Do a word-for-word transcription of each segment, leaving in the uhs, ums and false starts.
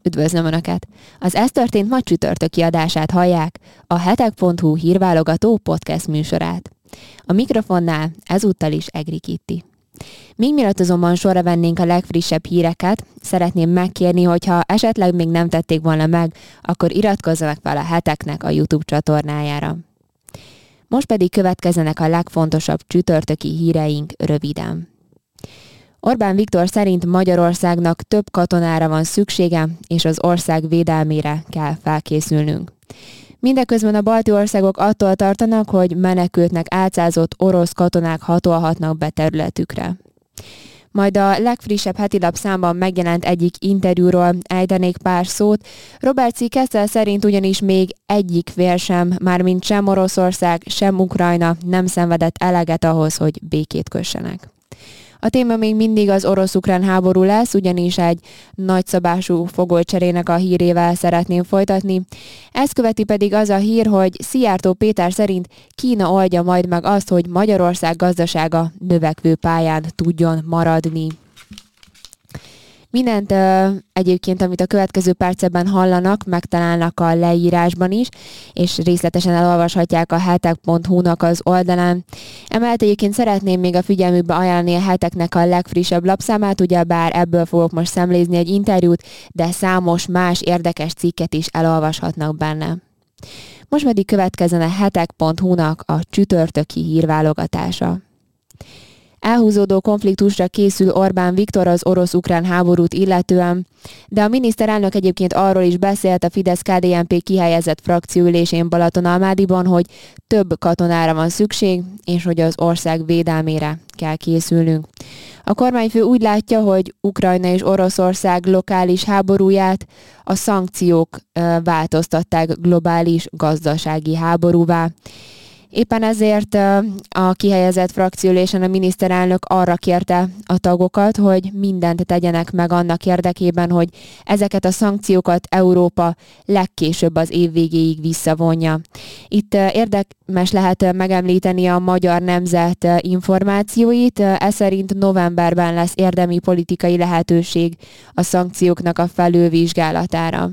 Üdvözlöm Önöket! Az Ez történt ma csütörtöki adását hallják, a hetek pont hu hírválogató podcast műsorát. A mikrofonnál ezúttal is Egri Kitti. Még mielőtt azonban sorra vennénk a legfrissebb híreket, szeretném megkérni, hogyha esetleg még nem tették volna meg, akkor iratkozzanak fel a Heteknek a YouTube csatornájára. Most pedig következzenek a legfontosabb csütörtöki híreink röviden. Orbán Viktor szerint Magyarországnak több katonára van szüksége, és az ország védelmére kell felkészülnünk. Mindeközben a balti országok attól tartanak, hogy menekültnek álcázott orosz katonák hatolhatnak be területükre. Majd a legfrissebb hetilap számban megjelent egyik interjúról ejtenék pár szót. Robert C. Kessel szerint ugyanis még egyik fél sem, mármint sem Oroszország, sem Ukrajna nem szenvedett eleget ahhoz, hogy békét kössenek. A téma még mindig az orosz-ukrán háború lesz, ugyanis egy nagyszabású fogolycserének a hírével szeretném folytatni. Ezt követi pedig az a hír, hogy Szijjártó Péter szerint Kína oldja majd meg azt, hogy Magyarország gazdasága növekvő pályán tudjon maradni. Mindent uh, egyébként, amit a következő percekben hallanak, megtalálnak a leírásban is, és részletesen elolvashatják a hetek pont hu-nak az oldalán. Emellett egyébként szeretném még a figyelmükbe ajánlani a Heteknek a legfrissebb lapszámát, ugyebár ebből fogok most szemlézni egy interjút, de számos más érdekes cikket is elolvashatnak benne. Most pedig következzen a hetek pont hu-nak a csütörtöki hírválogatása. Elhúzódó konfliktusra készül Orbán Viktor az orosz-ukrán háborút illetően, de a miniszterelnök egyébként arról is beszélt a Fidesz-ká dé en pé kihelyezett frakcióülésén Balatonalmádiban, hogy több katonára van szükség, és hogy az ország védelmére kell készülnünk. A kormányfő úgy látja, hogy Ukrajna és Oroszország lokális háborúját a szankciók változtatták globális gazdasági háborúvá. Éppen ezért a kihelyezett frakcióülésen a miniszterelnök arra kérte a tagokat, hogy mindent tegyenek meg annak érdekében, hogy ezeket a szankciókat Európa legkésőbb az év végéig visszavonja. Itt érdemes lehet megemlíteni a Magyar Nemzet információit, ez szerint novemberben lesz érdemi politikai lehetőség a szankcióknak a felülvizsgálatára.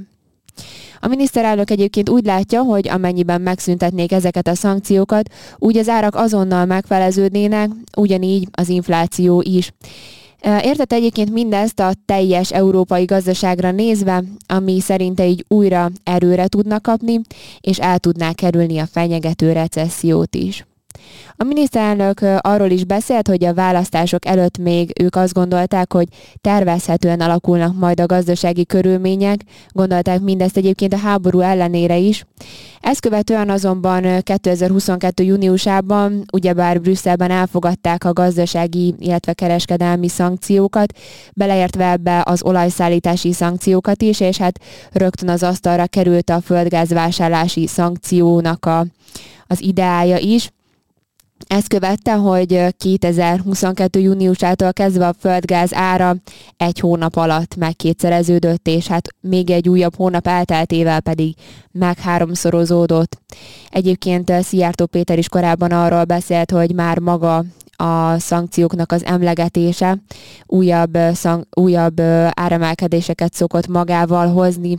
A miniszterelnök egyébként úgy látja, hogy amennyiben megszüntetnék ezeket a szankciókat, úgy az árak azonnal megfeleződnének, ugyanígy az infláció is. Értett egyébként mindezt a teljes európai gazdaságra nézve, ami szerinte így újra erőre tudna kapni, és el tudná kerülni a fenyegető recessziót is. A miniszterelnök arról is beszélt, hogy a választások előtt még ők azt gondolták, hogy tervezhetően alakulnak majd a gazdasági körülmények, gondolták mindezt egyébként a háború ellenére is. Ezt követően azonban kétezer-huszonkettő júniusában, ugyebár Brüsszelben elfogadták a gazdasági, illetve kereskedelmi szankciókat, beleértve ebbe az olajszállítási szankciókat is, és hát rögtön az asztalra került a földgázvásárlási szankciónak a, az ideája is. Ezt követte, hogy kétezer-huszonkettő júniusától kezdve a földgáz ára egy hónap alatt megkétszereződött, és hát még egy újabb hónap elteltével pedig megháromszorozódott. Egyébként Szijjártó Péter is korábban arról beszélt, hogy már maga a szankcióknak az emlegetése újabb, szank- újabb áremelkedéseket szokott magával hozni.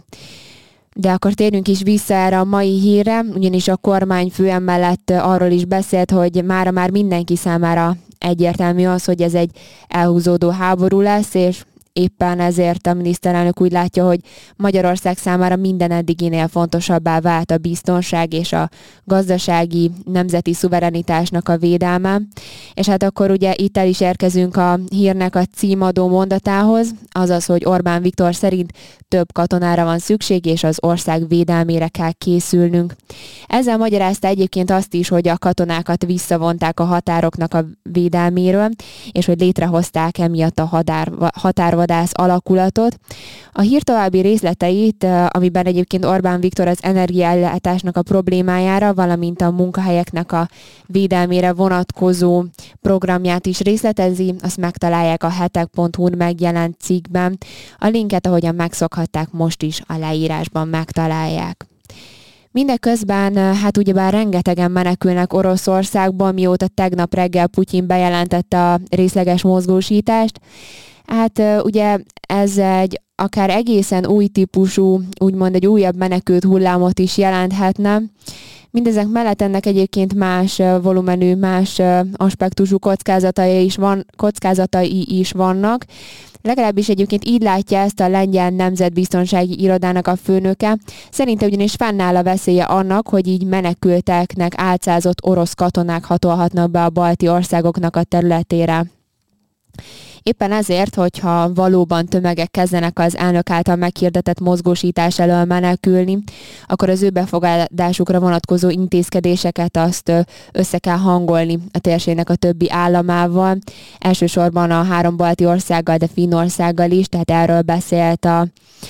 De akkor térjünk is vissza erre a mai hírre, ugyanis a kormányfő emellett arról is beszélt, hogy mára már mindenki számára egyértelmű az, hogy ez egy elhúzódó háború lesz, és éppen ezért a miniszterelnök úgy látja, hogy Magyarország számára minden eddiginél fontosabbá vált a biztonság és a gazdasági nemzeti szuverenitásnak a védelme. És hát akkor ugye itt el is érkezünk a hírnek a címadó mondatához, azaz, hogy Orbán Viktor szerint több katonára van szükség, és az ország védelmére kell készülnünk. Ezzel magyarázta egyébként azt is, hogy a katonákat visszavonták a határoknak a védelméről, és hogy létrehozták emiatt a határ, határvadász alakulatot. A hír további részleteit, amiben egyébként Orbán Viktor az energiaellátásnak a problémájára, valamint a munkahelyeknek a védelmére vonatkozó programját is részletezi, azt megtalálják a hetek pont hu-n megjelent cikkben. A linket, ahogyan megszokhatták, most is a leírásban megtalálják. Mindeközben, hát ugyebár rengetegen menekülnek Oroszországból, mióta tegnap reggel Putyin bejelentette a részleges mozgósítást. Hát ugye ez egy akár egészen új típusú, úgymond egy újabb menekült hullámot is jelenthetne. Mindezek mellett ennek egyébként más volumenű, más aspektusú kockázatai is, van, kockázatai is vannak. Legalábbis egyébként így látja ezt a lengyel nemzetbiztonsági irodának a főnöke. Szerinte ugyanis fennáll a veszélye annak, hogy így menekülteknek álcázott orosz katonák hatolhatnak be a balti országoknak a területére. Éppen ezért, hogyha valóban tömegek kezdenek az elnök által meghirdetett mozgósítás elől menekülni, akkor az ő befogadásukra vonatkozó intézkedéseket azt össze kell hangolni a térségnek a többi államával, elsősorban a három balti országgal, de Finnországgal is, tehát erről beszélt a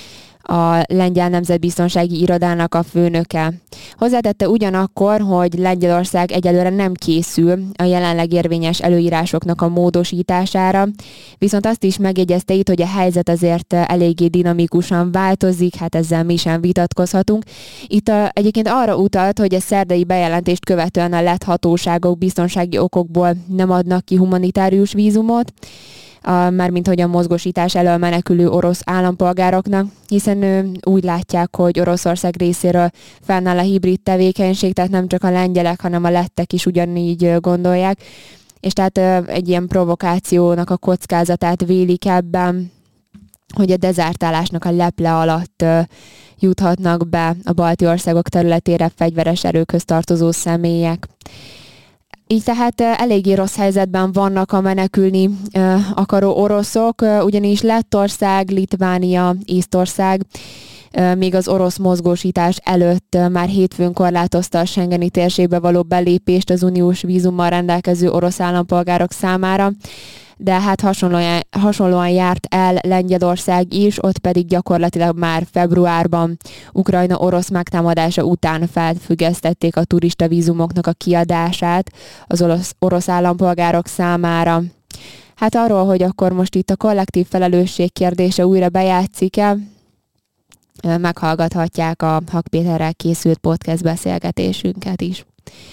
a lengyel nemzetbiztonsági irodának a főnöke. Hozzátette ugyanakkor, hogy Lengyelország egyelőre nem készül a jelenleg érvényes előírásoknak a módosítására, viszont azt is megjegyezte itt, hogy a helyzet azért eléggé dinamikusan változik, hát ezzel mi sem vitatkozhatunk. Itt a, egyébként arra utalt, hogy a szerdai bejelentést követően a lett hatóságok biztonsági okokból nem adnak ki humanitárius vízumot, mármint hogy a mozgósítás elől menekülő orosz állampolgároknak, hiszen ő, úgy látják, hogy Oroszország részéről fennáll a hibrid tevékenység, tehát nem csak a lengyelek, hanem a lettek is ugyanígy gondolják, és tehát egy ilyen provokációnak a kockázatát vélik ebben, hogy a dezertálásnak a leple alatt juthatnak be a balti országok területére fegyveres erőkhöz tartozó személyek. Így tehát eléggé rossz helyzetben vannak a menekülni akaró oroszok, ugyanis Lettország, Litvánia, Észtország még az orosz mozgósítás előtt már hétfőn korlátozta a schengeni térségbe való belépést az uniós vízummal rendelkező orosz állampolgárok számára, de hát hasonlóan, hasonlóan járt el Lengyelország is, ott pedig gyakorlatilag már februárban Ukrajna orosz megtámadása után felfüggesztették a turista vízumoknak a kiadását az orosz, orosz állampolgárok számára. Hát arról, hogy akkor most itt a kollektív felelősség kérdése újra bejátszik-e, meghallgathatják a Hak Péterrel készült podcast beszélgetésünket is.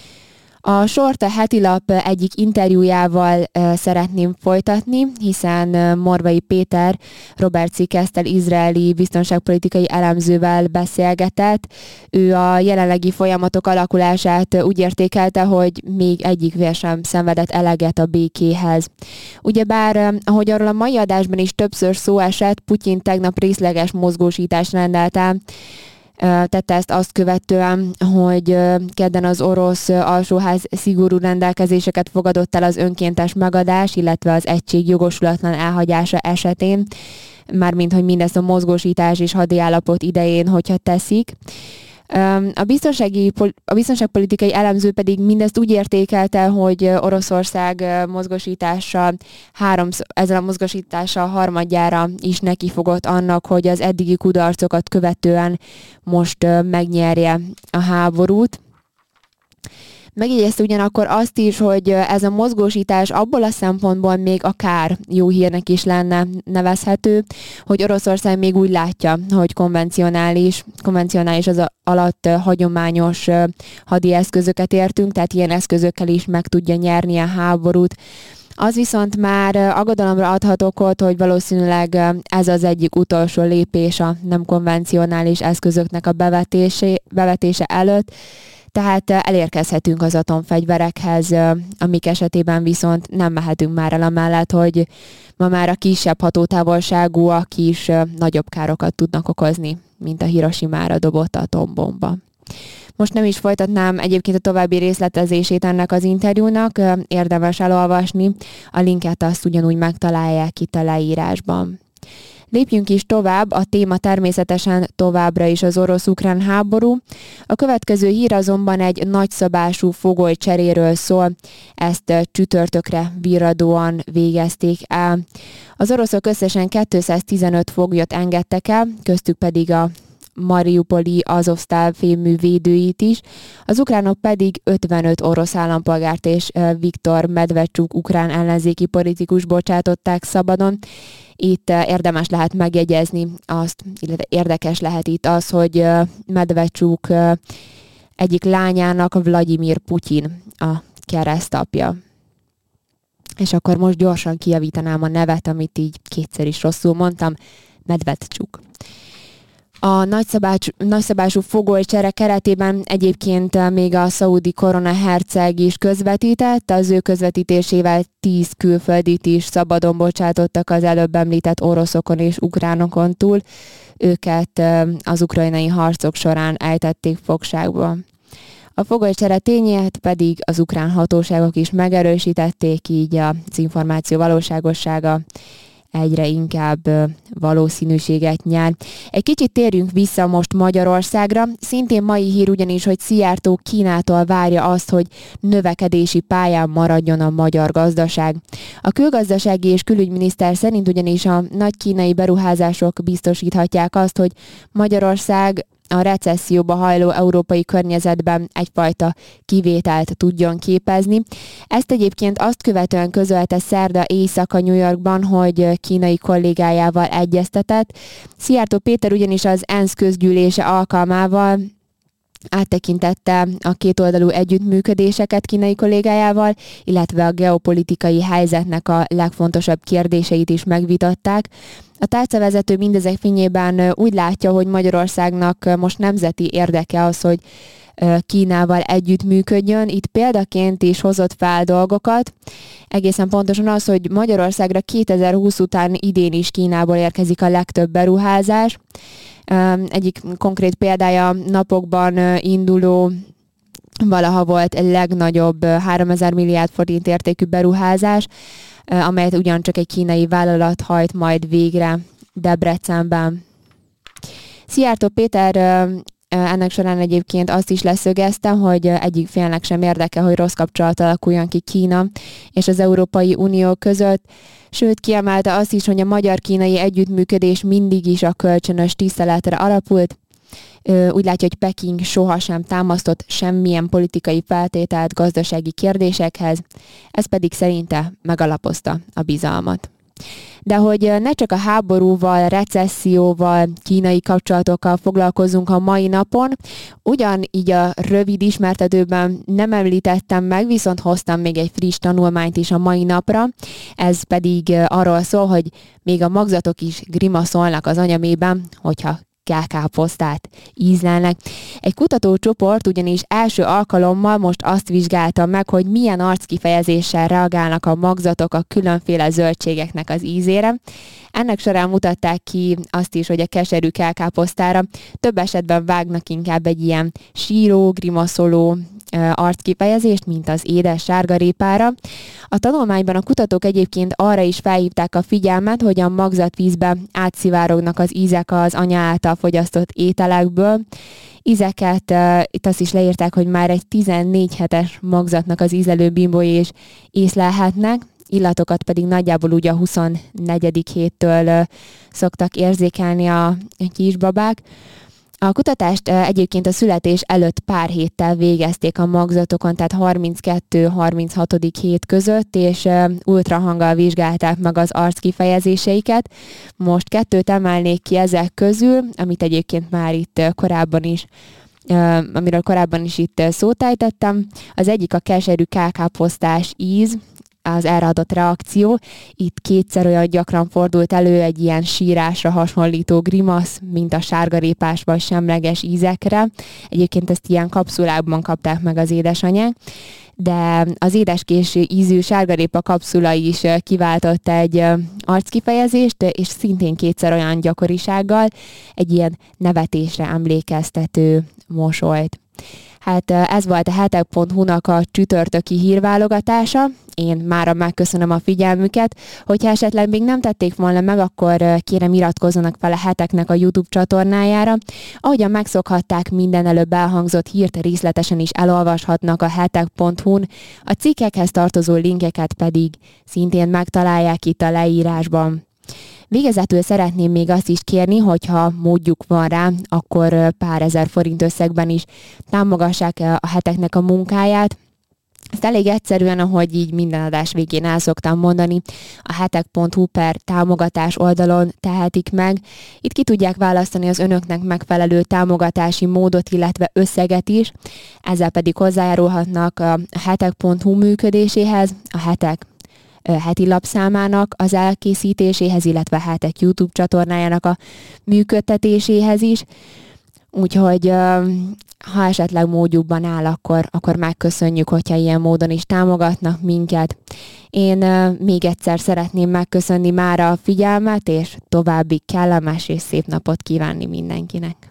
A sort a heti lap egyik interjújával uh, szeretném folytatni, hiszen uh, Morvai Péter Robert C. Kestel izraeli biztonságpolitikai elemzővel beszélgetett. Ő a jelenlegi folyamatok alakulását uh, úgy értékelte, hogy még egyik fél sem szenvedett eleget a békéhez. Ugyebár, uh, ahogy arról a mai adásban is többször szó esett, Putyin tegnap részleges mozgósítást rendelt el, tette ezt azt követően, hogy kedden az orosz alsóház szigorú rendelkezéseket fogadott el az önkéntes megadás, illetve az egység jogosulatlan elhagyása esetén, mármint, hogy mindezt a mozgósítás és hadiállapot idején, hogyha teszik. A, biztonsági, a biztonságpolitikai elemző pedig mindezt úgy értékelte, hogy Oroszország mozgósítása három, ezzel a mozgósítással harmadjára is nekifogott annak, hogy az eddigi kudarcokat követően most megnyerje a háborút. Megjegyezte ugyanakkor azt is, hogy ez a mozgósítás abból a szempontból még akár jó hírnek is lenne nevezhető, hogy Oroszország még úgy látja, hogy konvencionális, konvencionális az alatt hagyományos hadi eszközöket értünk, tehát ilyen eszközökkel is meg tudja nyerni a háborút. Az viszont már aggodalomra adhat okot, hogy valószínűleg ez az egyik utolsó lépés a nem konvencionális eszközöknek a bevetése, bevetése előtt, tehát elérkezhetünk az atomfegyverekhez, amik esetében viszont nem mehetünk már el amellett, hogy ma már a kisebb hatótávolságúak is nagyobb károkat tudnak okozni, mint a Hirosimára dobott atombomba. Most nem is folytatnám egyébként a további részletezését ennek az interjúnak, érdemes elolvasni, a linket azt ugyanúgy megtalálják itt a leírásban. Lépjünk is tovább, a téma természetesen továbbra is az orosz-ukrán háború. A következő hír azonban egy nagyszabású fogolycseréről szól, ezt csütörtökre virradóan végezték el. Az oroszok összesen kétszáztizenöt foglyot engedtek el, köztük pedig a Mariupoli Azovsztál fémmű védőit is, az ukránok pedig ötvenöt orosz állampolgárt és Viktor Medvedcsuk ukrán ellenzéki politikus bocsátották szabadon. Itt érdemes lehet megjegyezni azt, illetve érdekes lehet itt az, hogy Medvedcsuk egyik lányának Vladimir Putyin a keresztapja. És akkor most gyorsan kijavítanám a nevet, amit így kétszer is rosszul mondtam. Medvedcsuk. A nagyszabású, nagyszabású fogolycsere keretében egyébként még a szaudi korona herceg is közvetített, az ő közvetítésével tíz külföldit is szabadon bocsátottak az előbb említett oroszokon és ukránokon túl, őket az ukrajnai harcok során ejtették fogságba. A fogolycsere tényét pedig az ukrán hatóságok is megerősítették, így az információ valóságossága egyre inkább valószínűséget nyer. Egy kicsit térjünk vissza most Magyarországra. Szintén mai hír ugyanis, hogy Szijjártó Kínától várja azt, hogy növekedési pályán maradjon a magyar gazdaság. A külgazdasági és külügyminiszter szerint ugyanis a nagy kínai beruházások biztosíthatják azt, hogy Magyarország a recesszióba hajló európai környezetben egyfajta kivételt tudjon képezni. Ezt egyébként azt követően közölte szerda éjszaka New Yorkban, hogy kínai kollégájával egyeztetett. Szijjártó Péter ugyanis az ENSZ közgyűlése alkalmával áttekintette a kétoldalú együttműködéseket kínai kollégájával, illetve a geopolitikai helyzetnek a legfontosabb kérdéseit is megvitatták. A tárcavezető mindezek fényében úgy látja, hogy Magyarországnak most nemzeti érdeke az, hogy Kínával együttműködjön. Itt példaként is hozott fel dolgokat. Egészen pontosan az, hogy Magyarországra kétezer-húsz után idén is Kínából érkezik a legtöbb beruházás. Egyik konkrét példája napokban induló, valaha volt legnagyobb háromezer milliárd forint értékű beruházás, amelyet ugyancsak egy kínai vállalat hajt majd végre Debrecenben. Szijjártó Péter ennek során egyébként azt is leszögezte, hogy egyik félnek sem érdeke, hogy rossz kapcsolat alakuljon ki Kína és az Európai Unió között, sőt kiemelte azt is, hogy a magyar-kínai együttműködés mindig is a kölcsönös tiszteletre alapult. Úgy látja, hogy Peking sohasem támasztott semmilyen politikai feltételt gazdasági kérdésekhez, ez pedig szerinte megalapozta a bizalmat. De hogy ne csak a háborúval, recesszióval, kínai kapcsolatokkal foglalkozunk a mai napon, ugyanígy a rövid ismertetőben nem említettem meg, viszont hoztam még egy friss tanulmányt is a mai napra, ez pedig arról szól, hogy még a magzatok is grimaszolnak az anyamében, hogyha káposztát ízlelnek. Egy kutatócsoport ugyanis első alkalommal most azt vizsgálta meg, hogy milyen arckifejezéssel reagálnak a magzatok a különféle zöldségeknek az ízére. Ennek során mutatták ki azt is, hogy a keserű káposztára több esetben vágnak inkább egy ilyen síró, grimaszoló arckifejezést, mint az édes sárgarépára. A tanulmányban a kutatók egyébként arra is felhívták a figyelmet, hogy a magzatvízbe átszivárognak az ízek az anya által fogyasztott ételekből. Ízeket, uh, itt azt is leírták, hogy már egy tizennégy hetes magzatnak az ízlelő bimbói is észlelhetnek, illatokat pedig nagyjából úgy a huszonnegyedik héttől uh, szoktak érzékelni a kisbabák. A kutatást egyébként a születés előtt pár héttel végezték a magzatokon, tehát harminckettő-harminchatodik hét között, és ultrahanggal vizsgálták meg az arckifejezéseiket. Most kettőt emelnék ki ezek közül, amit egyébként már itt korábban is amiről korábban is itt szót ejtettem. Az egyik a keserű káposztás íz, az erre adott reakció. Itt kétszer olyan gyakran fordult elő egy ilyen sírásra hasonlító grimasz, mint a sárgarépás vagy semleges ízekre. Egyébként ezt ilyen kapszulákban kapták meg az édesanyák, de az édeskés ízű sárgarépa kapszula is kiváltott egy arckifejezést, és szintén kétszer olyan gyakorisággal egy ilyen nevetésre emlékeztető mosolyt. Hát ez volt a hetek pont hu-nak a csütörtöki hírválogatása. Én mára megköszönöm a figyelmüket. Hogyha esetleg még nem tették volna meg, akkor kérem iratkozzanak fel a Heteknek a YouTube csatornájára. Ahogyan megszokhatták, minden előbb elhangzott hírt részletesen is elolvashatnak a hetek pont hu-n. A cikkekhez tartozó linkeket pedig szintén megtalálják itt a leírásban. Végezetül szeretném még azt is kérni, hogyha módjuk van rá, akkor pár ezer forint összegben is támogassák a Heteknek a munkáját. Ezt elég egyszerűen, ahogy így minden adás végén el szoktam mondani, a hetek pont hu per támogatás oldalon tehetik meg. Itt ki tudják választani az önöknek megfelelő támogatási módot, illetve összeget is. Ezzel pedig hozzájárulhatnak a hetek pont hu működéséhez. A Hetek heti lapszámának az elkészítéséhez, illetve a Hetek YouTube csatornájának a működtetéséhez is. Úgyhogy ha esetleg módjukban áll, akkor, akkor megköszönjük, hogyha ilyen módon is támogatnak minket. Én még egyszer szeretném megköszönni mára a figyelmet, és további kellemes és szép napot kívánni mindenkinek.